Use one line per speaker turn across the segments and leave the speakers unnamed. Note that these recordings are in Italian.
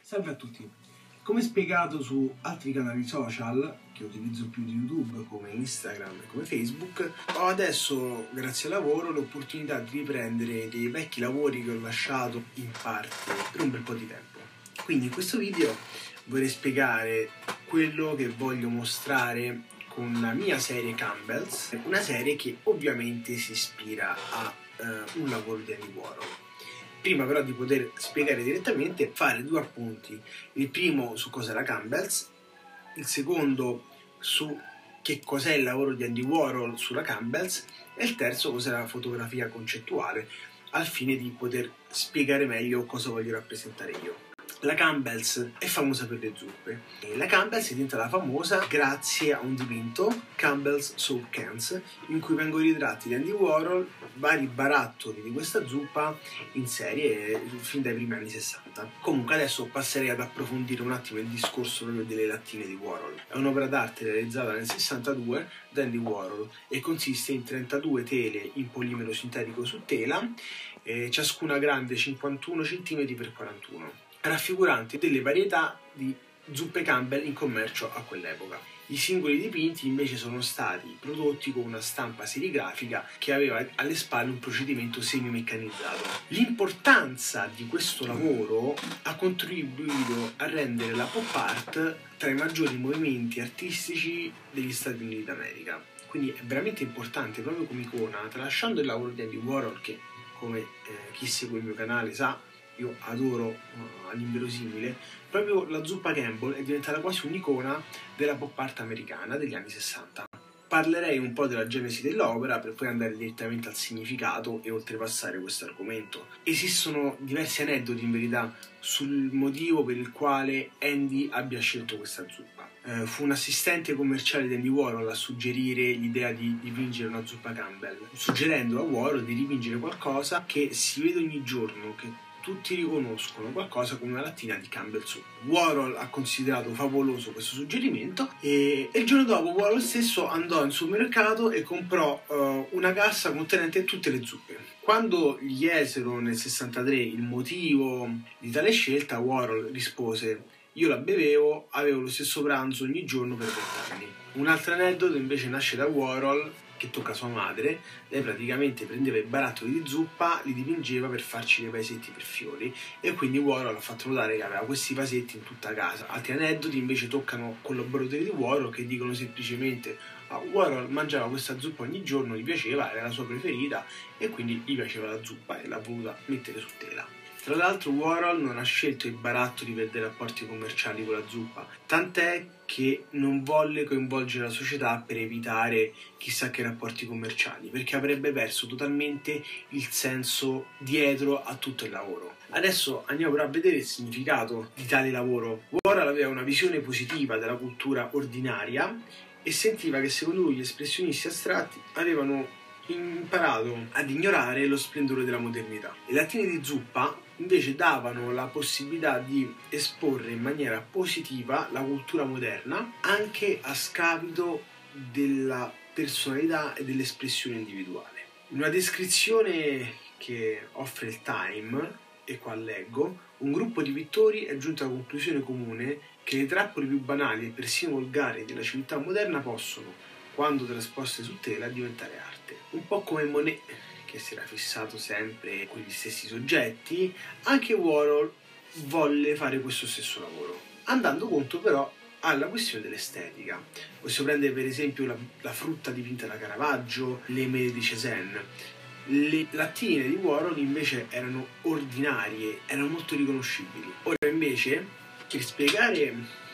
Salve a tutti! Come spiegato su altri canali social, che utilizzo più di YouTube come Instagram e come Facebook, ho adesso, grazie al lavoro, l'opportunità di riprendere dei vecchi lavori che ho lasciato in parte per un bel po' di tempo. Quindi in questo video vorrei spiegare quello che voglio mostrare con la mia serie Campbell's, una serie che ovviamente si ispira a un lavoro di Andy Warhol. Prima però di poter spiegare direttamente, fare due appunti. Il primo su cos'è la Campbell's, il secondo su che cos'è il lavoro di Andy Warhol sulla Campbell's e il terzo cos'è la fotografia concettuale, al fine di poter spiegare meglio cosa voglio rappresentare io. La Campbell's è famosa per le zuppe e la Campbell's è diventata famosa grazie a un dipinto, Campbell's Soap Cans, in cui vengono ritratti da Andy Warhol vari barattoli di questa zuppa in serie fin dai primi anni 60. Comunque adesso passerei ad approfondire un attimo il discorso proprio delle lattine di Warhol. È un'opera d'arte realizzata nel 62 da Andy Warhol e consiste in 32 tele in polimero sintetico su tela, ciascuna grande 51 cm x 41, raffiguranti delle varietà di zuppe Campbell in commercio a quell'epoca. I singoli dipinti invece sono stati prodotti con una stampa serigrafica che aveva alle spalle un procedimento semi-meccanizzato. L'importanza di questo lavoro ha contribuito a rendere la pop art tra i maggiori movimenti artistici degli Stati Uniti d'America. Quindi è veramente importante proprio come icona, tralasciando il lavoro di Andy Warhol che, come chi segue il mio canale sa, io adoro all'inverosimile, proprio la zuppa Campbell è diventata quasi un'icona della pop art americana degli anni 60. Parlerei un po' della genesi dell'opera per poi andare direttamente al significato e oltrepassare questo argomento. Esistono diversi aneddoti in verità sul motivo per il quale Andy abbia scelto questa zuppa. Fu un assistente commerciale di Andy Warhol a suggerire l'idea di dipingere una zuppa Campbell, suggerendo a Warhol di dipingere qualcosa che si vede ogni giorno, che tutti riconoscono, qualcosa come una lattina di Campbell Soup. Warhol ha considerato favoloso questo suggerimento e il giorno dopo Warhol stesso andò in supermercato e comprò una cassa contenente tutte le zuppe. Quando gli chiesero nel 63 il motivo di tale scelta, Warhol rispose: "Io la bevevo, avevo lo stesso pranzo ogni giorno per 20 anni". Un altro aneddoto invece nasce da Warhol, che tocca sua madre. Lei praticamente prendeva i barattoli di zuppa, li dipingeva per farci dei vasetti per fiori e quindi Warhol ha fatto notare che aveva questi vasetti in tutta casa. Altri aneddoti invece toccano collaboratori di Warhol che dicono semplicemente: Warhol mangiava questa zuppa ogni giorno, gli piaceva, era la sua preferita e quindi gli piaceva la zuppa e l'ha voluta mettere su tela. Tra l'altro Warhol non ha scelto i barattoli per dei rapporti commerciali con la zuppa, tant'è che non volle coinvolgere la società per evitare chissà che rapporti commerciali, perché avrebbe perso totalmente il senso dietro a tutto il lavoro. Adesso andiamo però a vedere il significato di tale lavoro. Warhol aveva una visione positiva della cultura ordinaria e sentiva che secondo lui gli espressionisti astratti avevano imparato ad ignorare lo splendore della modernità. Le lattine di zuppa invece davano la possibilità di esporre in maniera positiva la cultura moderna anche a scapito della personalità e dell'espressione individuale. In una descrizione che offre il Time, e qua leggo, un gruppo di pittori è giunto alla conclusione comune che le trappole più banali e persino volgari della civiltà moderna possono, quando trasposte su tela, diventare arte. Un po' come Monet, che si era fissato sempre con gli stessi soggetti, anche Warhol volle fare questo stesso lavoro, andando conto però alla questione dell'estetica. Possiamo prendere per esempio la frutta dipinta da Caravaggio, le mele di Cézanne. Le lattine di Warhol invece erano ordinarie, erano molto riconoscibili. Ora invece, per spiegare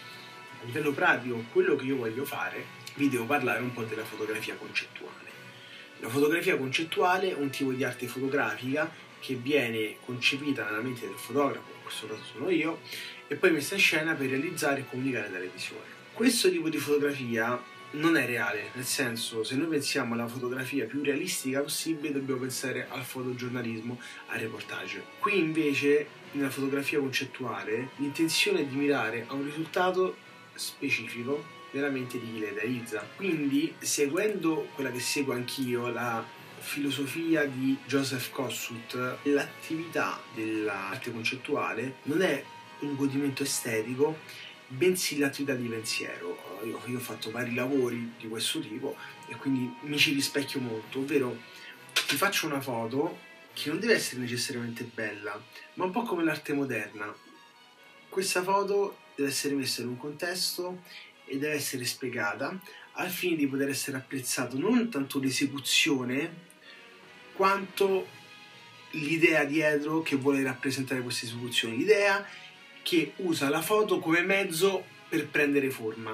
a livello pratico quello che io voglio fare, vi devo parlare un po' della fotografia concettuale. La fotografia concettuale è un tipo di arte fotografica che viene concepita nella mente del fotografo, in questo caso sono io, e poi messa in scena per realizzare e comunicare tale visione. Questo tipo di fotografia non è reale, nel senso, se noi pensiamo alla fotografia più realistica possibile dobbiamo pensare al fotogiornalismo, al reportage. Qui invece, nella fotografia concettuale, l'intenzione è di mirare a un risultato specifico nella mente di chi le realizza. Quindi, seguendo quella che seguo anch'io, la filosofia di Joseph Kosuth, l'attività dell'arte concettuale non è un godimento estetico, bensì l'attività di pensiero. Io ho fatto vari lavori di questo tipo e quindi mi ci rispecchio molto, ovvero ti faccio una foto che non deve essere necessariamente bella, ma un po' come l'arte moderna. Questa foto deve essere messa in un contesto e deve essere spiegata al fine di poter essere apprezzato non tanto l'esecuzione quanto l'idea dietro che vuole rappresentare questa esecuzione, l'idea che usa la foto come mezzo per prendere forma.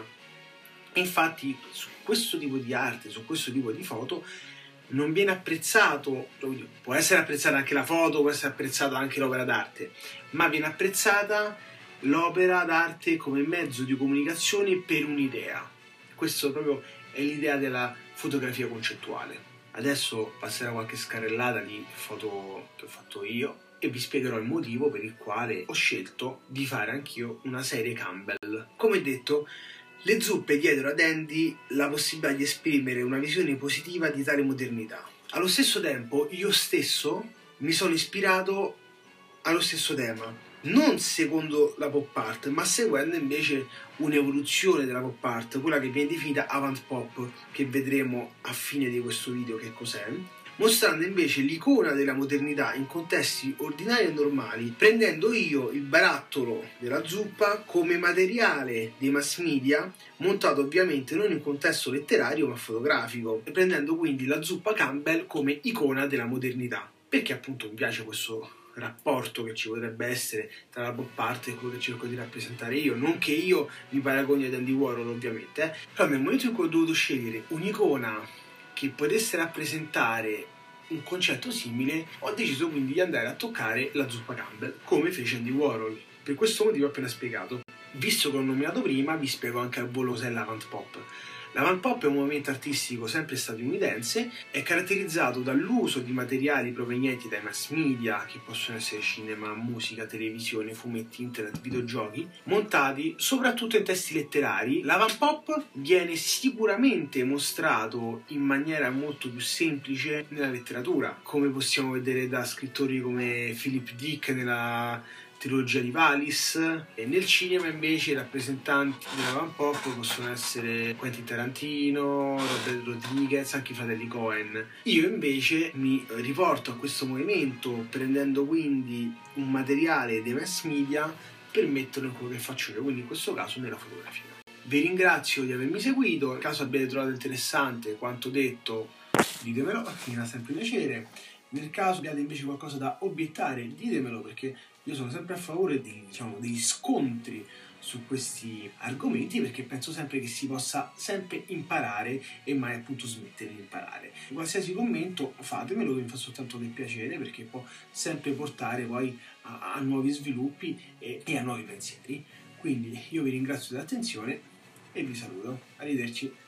E infatti su questo tipo di arte, su questo tipo di foto non viene apprezzato, può essere apprezzata anche la foto, può essere apprezzata anche l'opera d'arte, ma viene apprezzata l'opera d'arte come mezzo di comunicazione per un'idea. Questo proprio è l'idea della fotografia concettuale. Adesso passerà qualche scarrellata di foto che ho fatto io e vi spiegherò il motivo per il quale ho scelto di fare anch'io una serie Campbell. Come detto, le zuppe diedero ad Andy la possibilità di esprimere una visione positiva di tale modernità. Allo stesso tempo, io stesso mi sono ispirato allo stesso tema, non secondo la pop art, ma seguendo invece un'evoluzione della pop art, quella che viene definita avant pop, che vedremo a fine di questo video che cos'è, mostrando invece l'icona della modernità in contesti ordinari e normali, prendendo io il barattolo della zuppa come materiale dei mass media, montato ovviamente non in contesto letterario ma fotografico, e prendendo quindi la zuppa Campbell come icona della modernità, perché appunto mi piace questo rapporto che ci potrebbe essere tra la pop art e quello che cerco di rappresentare io, non che io mi paragoni ad Andy Warhol ovviamente, però nel momento in cui ho dovuto scegliere un'icona che potesse rappresentare un concetto simile, ho deciso quindi di andare a toccare la zuppa Campbell, come fece Andy Warhol, per questo motivo appena spiegato. Visto che l'ho nominato prima, vi spiego anche al volo cos'è l'avant pop. L'avant pop è un movimento artistico sempre statunitense, è caratterizzato dall'uso di materiali provenienti dai mass media, che possono essere cinema, musica, televisione, fumetti, internet, videogiochi, montati soprattutto in testi letterari. L'avant pop viene sicuramente mostrato in maniera molto più semplice nella letteratura, come possiamo vedere da scrittori come Philip Dick nella trilogia di Valis, e nel cinema invece i rappresentanti dell'avant pop possono essere Quentin Tarantino, Robert Rodriguez, anche i fratelli Coen. Io invece mi riporto a questo movimento prendendo quindi un materiale dei mass media per metterlo in quello che faccio io, quindi in questo caso nella fotografia. Vi ringrazio di avermi seguito, nel caso abbiate trovato interessante quanto detto ditemelo, mi fa sempre piacere. Nel caso abbiate invece qualcosa da obiettare, ditemelo, perché io sono sempre a favore degli scontri su questi argomenti, perché penso sempre che si possa sempre imparare e mai appunto smettere di imparare. Qualsiasi commento fatemelo, che mi fa soltanto che piacere, perché può sempre portare poi a nuovi sviluppi e a nuovi pensieri. Quindi io vi ringrazio dell'attenzione e vi saluto. Arrivederci.